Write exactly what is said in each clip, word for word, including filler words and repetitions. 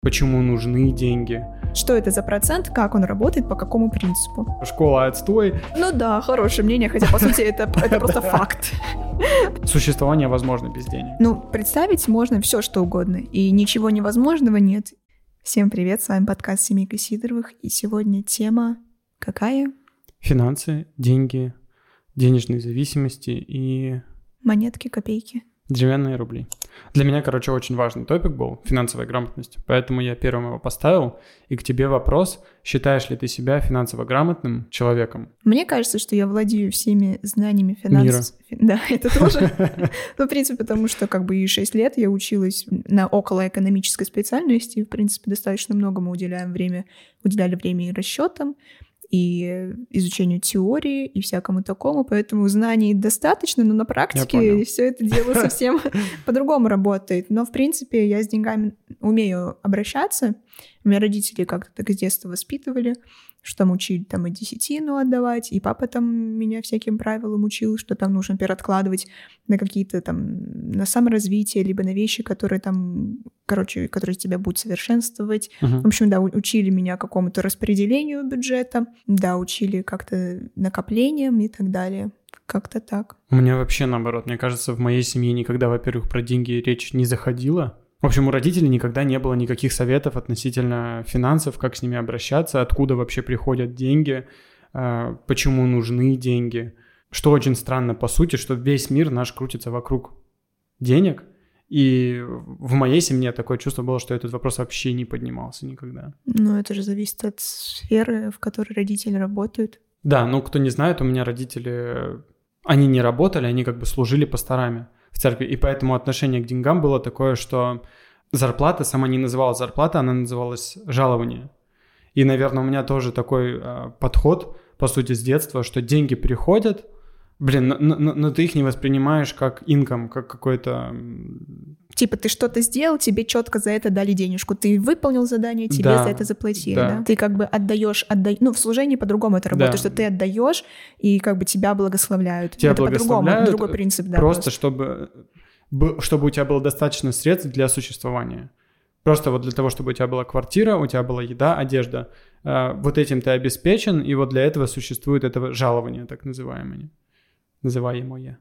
Почему нужны деньги? Что это за процент, как он работает, по какому принципу? Школа отстой. Ну да, хорошее мнение, хотя по сути это, это просто факт. Существование возможно без денег. Ну, представить можно все, что угодно, и ничего невозможного нет. Всем привет, с вами подкаст «Семейка Сидоровых», и сегодня тема какая? Финансы, деньги, денежные зависимости и... Монетки, копейки. Деревянные рубли. Для меня, короче, очень важный топик был — финансовая грамотность. Поэтому я первым его поставил. И к тебе вопрос: считаешь ли ты себя финансово грамотным человеком? Мне кажется, что я владею всеми знаниями финансов. Мира. Да, это тоже. Ну, в принципе, потому что как бы и шесть лет я училась на околоэкономической специальности. И, в принципе, достаточно много мы уделяем время, уделяли время и расчетам, и изучению теории, и всякому такому, поэтому знаний достаточно, но на практике все это дело совсем по-другому работает. Но, в принципе, я с деньгами умею обращаться. У меня родители как-то так с детства воспитывали, что там учили там и десятину отдавать, и папа там меня всяким правилам учил, что там нужно, например, откладывать на какие-то там, на саморазвитие, либо на вещи, которые там, короче, которые тебя будут совершенствовать. Uh-huh. В общем, да, учили меня какому-то распределению бюджета, да, учили как-то накоплением и так далее. Как-то так. У меня вообще наоборот. Мне кажется, в моей семье никогда, во-первых, про деньги речь не заходила. В общем, у родителей никогда не было никаких советов относительно финансов, как с ними обращаться, откуда вообще приходят деньги, почему нужны деньги. Что очень странно, по сути, что весь мир наш крутится вокруг денег. И в моей семье такое чувство было, что этот вопрос вообще не поднимался никогда. Ну, это же зависит от сферы, в которой родители работают. Да, ну, кто не знает, у меня родители, они не работали, они как бы служили пасторами в церкви, и поэтому отношение к деньгам было такое, что зарплата сама не называлась зарплата, она называлась жалование. И, наверное, у меня тоже такой э, подход, по сути, с детства, что деньги приходят, блин, но, но, но ты их не воспринимаешь как инком, как какой-то... Типа ты что-то сделал, тебе четко за это дали денежку. Ты выполнил задание, тебе да, за это заплатили. Да. Да? Ты как бы отдаешь, отда... ну в служении по-другому это работает, да. Что ты отдаешь и как бы тебя благословляют. Тебя это благословляют, по-другому, другой принцип. Да, просто, просто чтобы, чтобы у тебя было достаточно средств для существования. Просто вот для того, чтобы у тебя была квартира, у тебя была еда, одежда. Вот этим ты обеспечен, и вот для этого существует это жалование, так называемое. Называемое.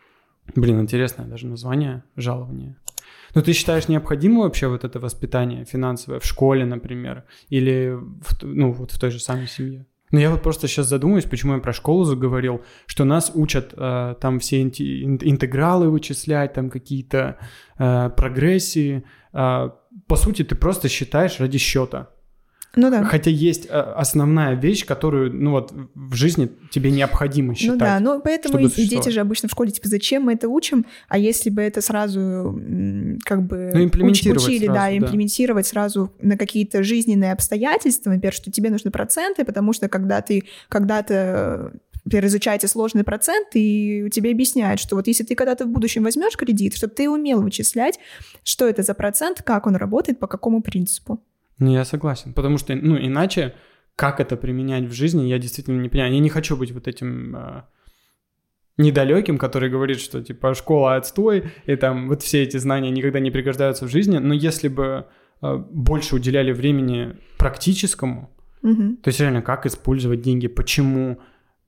Блин, интересное даже название — жалование. Но ты считаешь необходимо вообще вот это воспитание финансовое в школе, например, или в, ну, вот в той же самой семье? Ну, я вот просто сейчас задумаюсь, почему я про школу заговорил, что нас учат э, там все инти- интегралы вычислять, там какие-то э, прогрессии. Э, по сути, ты просто считаешь ради счета. Ну да. Хотя есть основная вещь, которую, ну вот, в жизни тебе необходимо считать. Ну да, ну поэтому и, и дети же обычно в школе, типа, зачем мы это учим, а если бы это сразу как бы ну, имплементировать учили, сразу, да, да, имплементировать сразу на какие-то жизненные обстоятельства, например, что тебе нужны проценты, потому что когда ты когда-то... Например, изучаете сложный процент, и тебе объясняют, что вот если ты когда-то в будущем возьмешь кредит, чтобы ты умел вычислять, что это за процент, как он работает, по какому принципу. Ну, я согласен, потому что, ну, иначе, как это применять в жизни, я действительно не понимаю. Я не хочу быть вот этим э, недалеким, который говорит, что, типа, школа отстой, и там вот все эти знания никогда не пригождаются в жизни, но если бы э, больше уделяли времени практическому, угу. то есть реально, как использовать деньги, почему...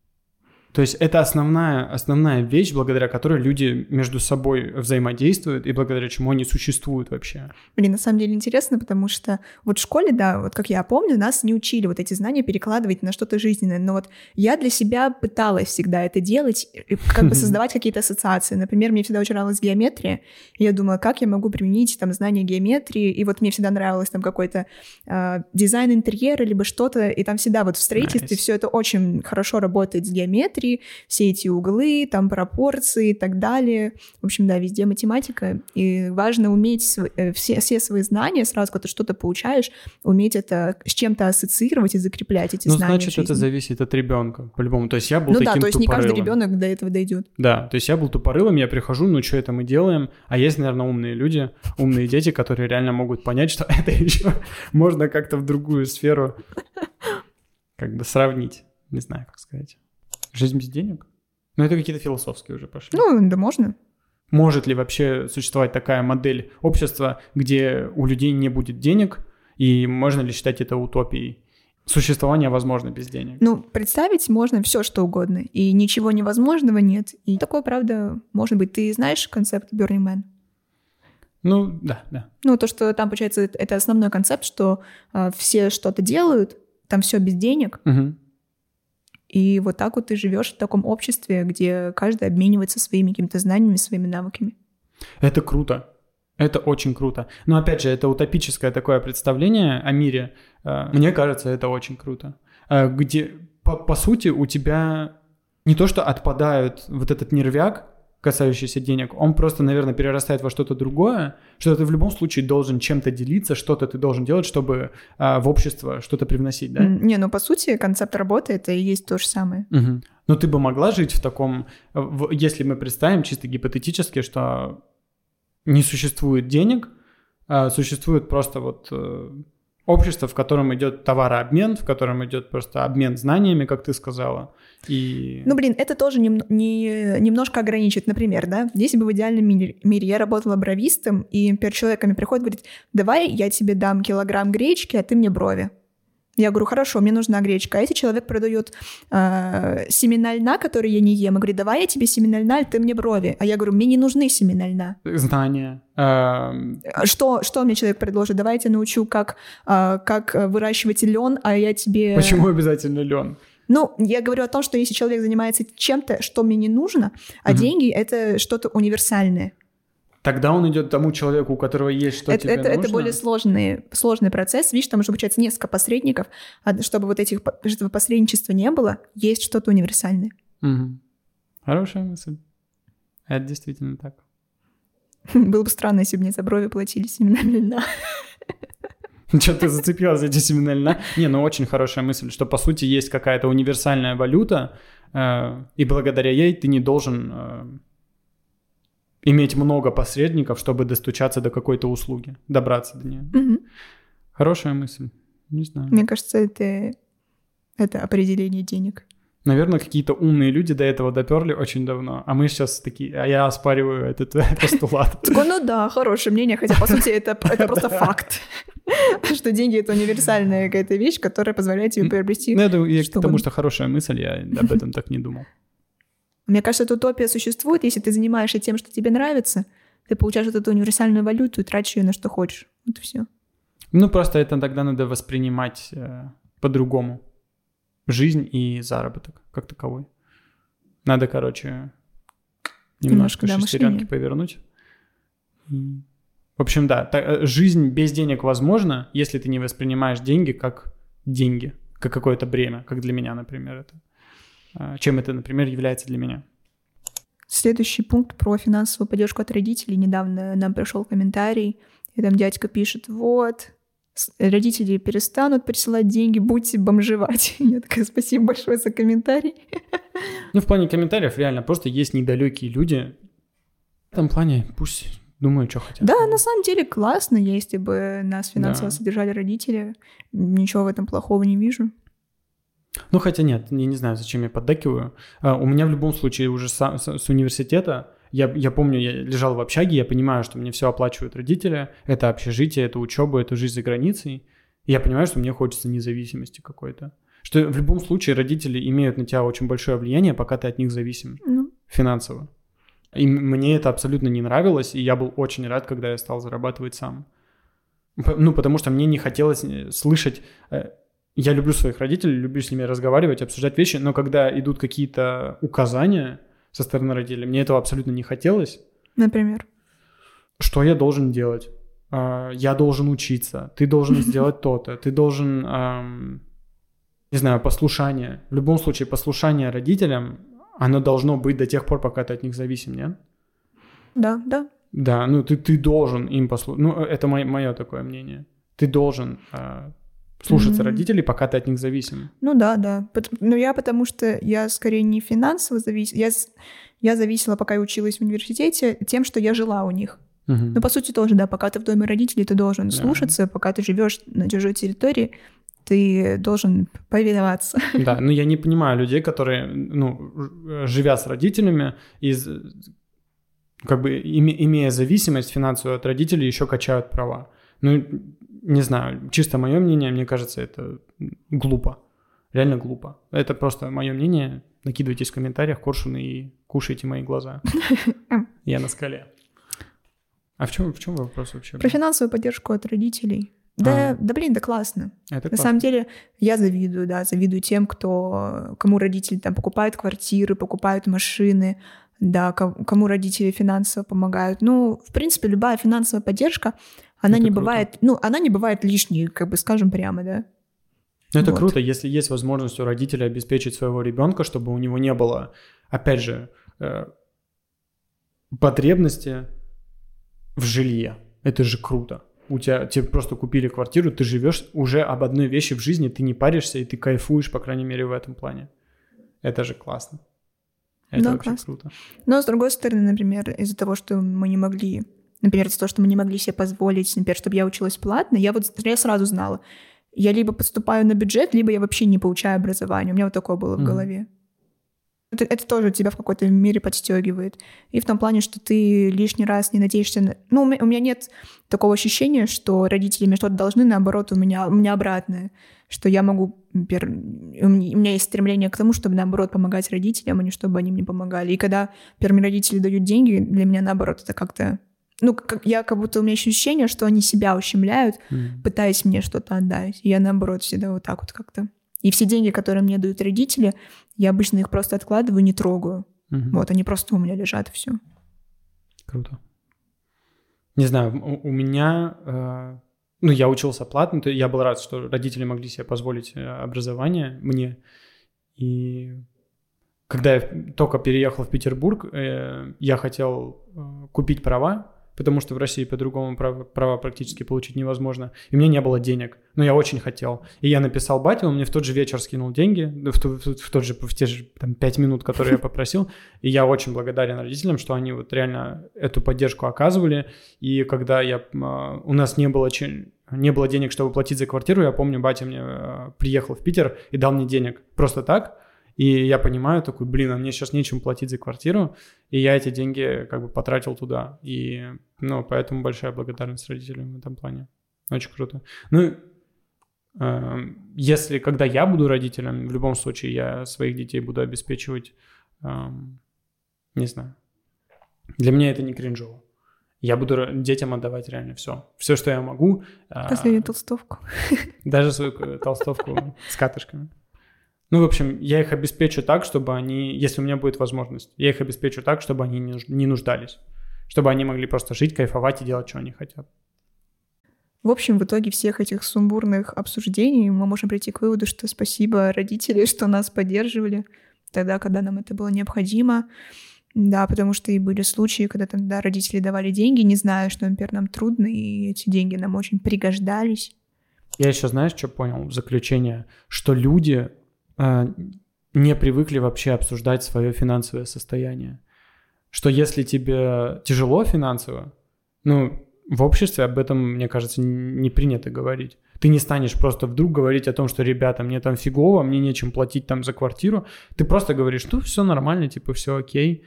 То есть это основная, основная вещь, благодаря которой люди между собой взаимодействуют и благодаря чему они существуют вообще. Блин, на самом деле интересно, потому что вот в школе, да, вот как я помню, нас не учили вот эти знания перекладывать на что-то жизненное, но вот я для себя пыталась всегда это делать, как бы создавать какие-то ассоциации. Например, мне всегда очень нравилась геометрия, и я думала, как я могу применить там знания геометрии, и вот мне всегда нравилось там какой-то э, дизайн интерьера, либо что-то, и там всегда вот в строительстве nice. Все это очень хорошо работает с геометрией, все эти углы, там пропорции и так далее. В общем, да, везде математика. И важно уметь св- все, все свои знания, сразу, когда ты что-то получаешь, уметь это с чем-то ассоциировать и закреплять эти ну, знания. Ну, значит, это зависит от ребенка, по-любому. То есть я был ну, таким да, то есть тупорылым. Не каждый ребенок до этого дойдет. Да, то есть я был тупорылым, я прихожу, ну, что это мы делаем? А есть, наверное, умные люди, умные дети, которые реально могут понять, что это еще можно как-то в другую сферу как бы сравнить. Не знаю, как сказать. Жизнь без денег? Ну, это какие-то философские уже пошли. Ну, да можно. Может ли вообще существовать такая модель общества, где у людей не будет денег, И можно ли считать это утопией? Существование возможно без денег. Ну, представить можно все, что угодно, и ничего невозможного нет. И такое, правда, может быть. Ты знаешь концепт Burning Man? Ну, да, да. Ну, то, что там, получается, это основной концепт, что э, все что-то делают, там все без денег, угу. И вот так вот ты живешь в таком обществе, где каждый обменивается своими какими-то знаниями, своими навыками. Это круто. Это очень круто. Но опять же, это утопическое такое представление о мире. Мне кажется, это очень круто. Где, по, по сути, у тебя не то, что отпадают вот этот нервяк, касающийся денег, он просто, наверное, перерастает во что-то другое, что ты в любом случае должен чем-то делиться, что-то ты должен делать, чтобы а, в общество что-то привносить, да? Не, ну, по сути, концепт работы — это и есть то же самое. Угу. Но ты бы могла жить в таком... В, если мы представим чисто гипотетически, что не существует денег, а существует просто вот... общество, в котором идет товарообмен, в котором идет просто обмен знаниями, как ты сказала. И... Ну, блин, это тоже не, не, немножко ограничивает. Например, да, если бы в идеальном мире, мире я работала бровистом, и перед человеком приходит и говорит: давай я тебе дам килограмм гречки, а ты мне брови. Я говорю: хорошо, мне нужна гречка. А если человек продает э, семена льна, которые я не ем, и говорит: давай я тебе семена льна, а ты мне брови. А я говорю: мне не нужны семена льна. Знания. Что, что мне человек предложит? Давай я тебя научу, как, э, как выращивать лен, а я тебе... Почему обязательно лен? Ну, я говорю о том, что если человек занимается чем-то, что мне не нужно, а угу. деньги — это что-то универсальное. Тогда он идет тому человеку, у которого есть что это, тебе это, нужно. Это более сложный, сложный процесс. Видишь, там уже получается несколько посредников. А чтобы вот этих, этого посредничества не было, есть что-то универсальное. Угу. Хорошая мысль. Это действительно так. Было бы странно, если бы мне за брови платили семенами льна. Что ты зацепилась за эти семена льна? Не, ну очень хорошая мысль, что по сути есть какая-то универсальная валюта, э, и благодаря ей ты не должен... Э, иметь много посредников, чтобы достучаться до какой-то услуги, добраться до нее. Угу. Хорошая мысль. Не знаю. Мне кажется, это, это определение денег. Наверное, какие-то умные люди до этого доперли очень давно, а мы сейчас такие, а я оспариваю этот постулат. Такой, ну да, хорошее мнение, хотя по сути это просто факт, что деньги — это универсальная какая-то вещь, которая позволяет тебе приобрести. Ну, это потому что хорошая мысль, я об этом так не думал. Мне кажется, эта утопия существует, если ты занимаешься тем, что тебе нравится, ты получаешь вот эту универсальную валюту и тратишь ее на что хочешь. Вот и все. Ну, просто это тогда надо воспринимать э, по-другому. Жизнь и заработок как таковой. Надо, короче, немножко, немножко шестеренки повернуть. И... В общем, да, та, жизнь без денег возможна, если ты не воспринимаешь деньги как деньги, как какое-то бремя, как для меня, например, это. Чем это, например, является для меня. Следующий пункт про финансовую поддержку от родителей. Недавно нам пришел комментарий, и там дядька пишет: вот, родители перестанут присылать деньги, будьте бомжевать. Я такая: спасибо большое за комментарий. Ну, в плане комментариев реально просто есть недалекие люди. В этом плане пусть думают, что хотят. Да, на самом деле классно, если бы нас финансово да. содержали родители. Ничего в этом плохого не вижу. Ну, хотя нет, я не знаю, зачем я поддакиваю. А, у меня в любом случае уже с, с, с университета, я, я помню, я лежал в общаге, я понимаю, что мне все оплачивают родители, это общежитие, это учеба, это жизнь за границей. И я понимаю, что мне хочется независимости какой-то. Что в любом случае родители имеют на тебя очень большое влияние, пока ты от них зависим mm. финансово. И мне это абсолютно не нравилось, и я был очень рад, когда я стал зарабатывать сам. Ну, потому что мне не хотелось слышать... Я люблю своих родителей, люблю с ними разговаривать, обсуждать вещи, но когда идут какие-то указания со стороны родителей, мне этого абсолютно не хотелось. Например? Что я должен делать? Я должен учиться, ты должен сделать то-то, ты должен, не знаю, послушание. В любом случае, послушание родителям, оно должно быть до тех пор, пока ты от них зависим, нет? Да, да. Да, ну ты, ты должен им послушать. Ну, это мое, мое такое мнение. Ты должен... слушаться mm-hmm. родителей, пока ты от них зависим. Ну да, да. Но я потому что я скорее не финансово зависела. Я, я зависела, пока я училась в университете, тем, что я жила у них. Mm-hmm. Ну, по сути, тоже, да, пока ты в доме родителей, ты должен yeah. слушаться, пока ты живешь на чужой территории, ты должен повиноваться. Да, но я не понимаю людей, которые, ну, живя с родителями, из, как бы име, имея зависимость финансовую от родителей, еще качают права. Ну, не знаю, чисто мое мнение, мне кажется, это глупо. Реально глупо. Это просто мое мнение. Накидывайтесь в комментариях, коршуны, и кушайте мои глаза. Я на скале. А в чем, в чем вопрос вообще? Про финансовую поддержку от родителей. Да, а. да блин, да классно. Это На классно. самом деле я завидую, да, завидую тем, кто, кому родители там покупают квартиры, покупают машины, да, кому родители финансово помогают. Ну, в принципе, любая финансовая поддержка, она это не круто. бывает, ну, она не бывает лишней, как бы скажем прямо, да. Ну, это вот. Круто, если есть возможность у родителя обеспечить своего ребенка, чтобы у него не было, опять же, потребности в жилье. Это же круто. У тебя тебе просто купили квартиру, ты живешь уже об одной вещи в жизни, ты не паришься и ты кайфуешь, по крайней мере, в этом плане. Это же классно. Это да, вообще классно. Круто. Но, с другой стороны, например, из-за того, что мы не могли, например, из-за того, что мы не могли себе позволить, например, чтобы я училась платно, я вот я сразу знала, я либо поступаю на бюджет, либо я вообще не получаю образование. У меня вот такое было в mm-hmm. голове. Это, это тоже тебя в какой-то мере подстегивает. И в том плане, что ты лишний раз не надеешься на... Ну, у меня, у меня нет такого ощущения, что родители мне что-то должны, наоборот, у меня, у меня обратное. Что я могу... Например, у меня есть стремление к тому, чтобы, наоборот, помогать родителям, а не чтобы они мне помогали. И когда, например, мне родители дают деньги, для меня, наоборот, это как-то... Ну, как, я как будто у меня ощущение, что они себя ущемляют, mm. пытаясь мне что-то отдать. И я, наоборот, всегда вот так вот как-то... И все деньги, которые мне дают родители, я обычно их просто откладываю, не трогаю. Угу. Вот, они просто у меня лежат, и все. Круто. Не знаю, у, у меня... Э, ну, я учился платно, то я был рад, что родители могли себе позволить образование мне. И когда я только переехал в Петербург, э, я хотел э, купить права, потому что в России по-другому права, права практически получить невозможно. И у меня не было денег, но я очень хотел. И я написал бате, он мне в тот же вечер скинул деньги, в, в, в, тот же, в те же там, пять минут, которые я попросил. И я очень благодарен родителям, что они вот реально эту поддержку оказывали. И когда я, у нас не было, не было денег, чтобы платить за квартиру, я помню, батя мне приехал в Питер и дал мне денег просто так. И я понимаю, такой, блин, а мне сейчас нечем платить за квартиру, и я эти деньги как бы потратил туда. И, ну, поэтому большая благодарность родителям в этом плане. Очень круто. Ну, э, если, когда я буду родителем, в любом случае я своих детей буду обеспечивать, э, не знаю. Для меня это не кринжово. Я буду детям отдавать реально все. Все, что я могу. Последнюю э, толстовку. Даже свою толстовку с катышками. Ну, в общем, я их обеспечу так, чтобы они, если у меня будет возможность, я их обеспечу так, чтобы они не нуждались, чтобы они могли просто жить, кайфовать и делать, что они хотят. В общем, в итоге всех этих сумбурных обсуждений мы можем прийти к выводу, что спасибо родителям, что нас поддерживали тогда, когда нам это было необходимо. Да, потому что и были случаи, когда там, да, родители давали деньги, не зная, что, например, нам трудно, и эти деньги нам очень пригождались. Я еще, знаешь, что понял в заключение? Что люди... не привыкли вообще обсуждать свое финансовое состояние. Что если тебе тяжело финансово, ну, в обществе об этом, мне кажется, не принято говорить. Ты не станешь просто вдруг говорить о том, что, ребята, мне там фигово, мне нечем платить там за квартиру. Ты просто говоришь, что все нормально, типа, все окей,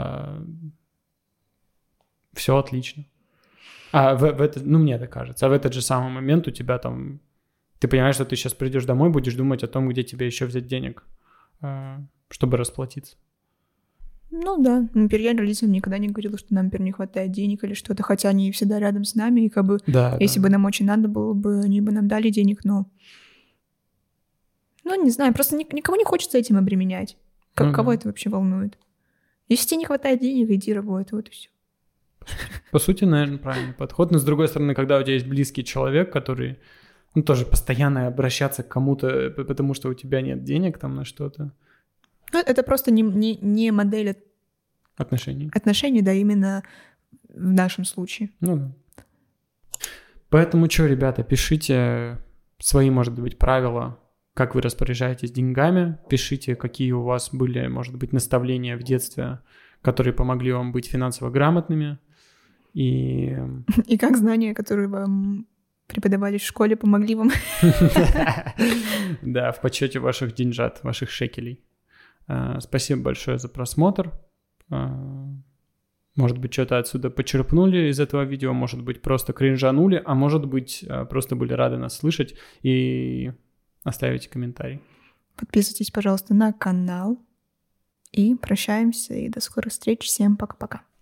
все отлично. А в, в это, ну, мне так кажется, а в этот же самый момент у тебя там... Ты понимаешь, что ты сейчас придешь домой, будешь думать о том, где тебе еще взять денег, чтобы расплатиться. Ну да, например, я родителям никогда не говорила, что нам, например, не хватает денег или что-то, хотя они всегда рядом с нами, и как бы, да, если да. бы нам очень надо было бы, они бы нам дали денег, но... Ну, не знаю, просто никого не хочется этим обременять. Как, ну, кого да. это вообще волнует? Если тебе не хватает денег, иди работай, вот и все. По сути, наверное, правильный подход. Но с другой стороны, когда у тебя есть близкий человек, который... Ну, тоже постоянно обращаться к кому-то, потому что у тебя нет денег там на что-то. Ну, это просто не, не, не модель отношений. Отношений, да, именно в нашем случае. Ну да. Поэтому что, ребята, пишите свои, может быть, правила, как вы распоряжаетесь деньгами. Пишите, какие у вас были, может быть, наставления в детстве, которые помогли вам быть финансово грамотными. И, и как знания, которые вам... преподавали в школе, помогли вам. Да, в подсчете ваших деньжат, ваших шекелей. Спасибо большое за просмотр. Может быть, что-то отсюда почерпнули из этого видео, может быть, просто кринжанули, а может быть, просто были рады нас слышать и оставите комментарий. Подписывайтесь, пожалуйста, на канал. И прощаемся, и до скорых встреч. Всем пока-пока.